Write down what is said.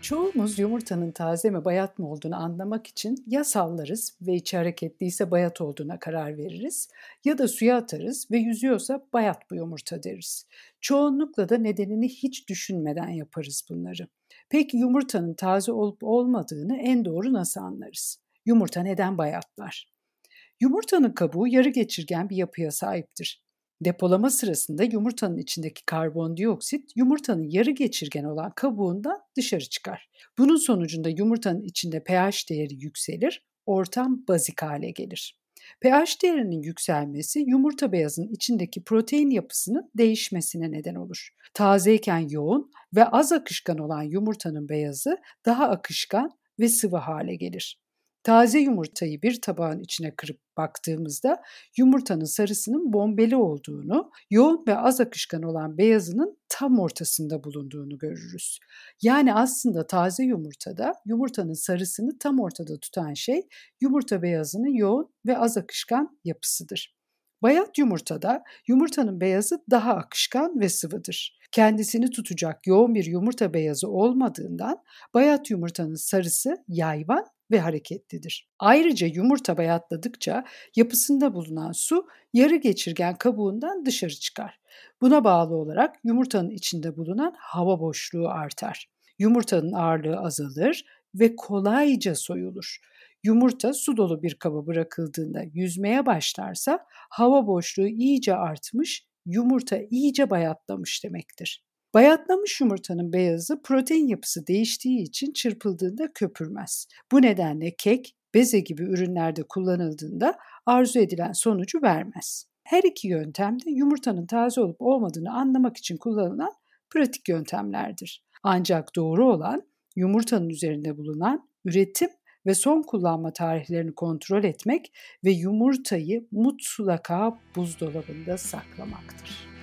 Çoğumuz yumurtanın taze mi bayat mı olduğunu anlamak için ya sallarız ve içi hareketliyse bayat olduğuna karar veririz ya da suya atarız ve yüzüyorsa bayat bu yumurta deriz. Çoğunlukla da nedenini hiç düşünmeden yaparız bunları. Peki yumurtanın taze olup olmadığını en doğru nasıl anlarız? Yumurta neden bayatlar? Yumurtanın kabuğu yarı geçirgen bir yapıya sahiptir. Depolama sırasında yumurtanın içindeki karbondioksit yumurtanın yarı geçirgen olan kabuğundan dışarı çıkar. Bunun sonucunda yumurtanın içinde pH değeri yükselir, ortam bazik hale gelir. pH değerinin yükselmesi yumurta beyazının içindeki protein yapısının değişmesine neden olur. Tazeyken yoğun ve az akışkan olan yumurtanın beyazı daha akışkan ve sıvı hale gelir. Taze yumurtayı bir tabağın içine kırıp baktığımızda yumurtanın sarısının bombeli olduğunu, yoğun ve az akışkan olan beyazının tam ortasında bulunduğunu görürüz. Yani aslında taze yumurtada yumurtanın sarısını tam ortada tutan şey yumurta beyazının yoğun ve az akışkan yapısıdır. Bayat yumurtada yumurtanın beyazı daha akışkan ve sıvıdır. Kendisini tutacak yoğun bir yumurta beyazı olmadığından bayat yumurtanın sarısı yayvan ve hareketlidir. Ayrıca yumurta bayatladıkça yapısında bulunan su yarı geçirgen kabuğundan dışarı çıkar. Buna bağlı olarak yumurtanın içinde bulunan hava boşluğu artar. Yumurtanın ağırlığı azalır ve kolayca soyulur. Yumurta su dolu bir kaba bırakıldığında yüzmeye başlarsa hava boşluğu iyice artmış, yumurta iyice bayatlamış demektir. Bayatlamış yumurtanın beyazı protein yapısı değiştiği için çırpıldığında köpürmez. Bu nedenle kek, beze gibi ürünlerde kullanıldığında arzu edilen sonucu vermez. Her iki yöntem de yumurtanın taze olup olmadığını anlamak için kullanılan pratik yöntemlerdir. Ancak doğru olan yumurtanın üzerinde bulunan üretim ve son kullanma tarihlerini kontrol etmek ve yumurtayı mutlaka buzdolabında saklamaktır.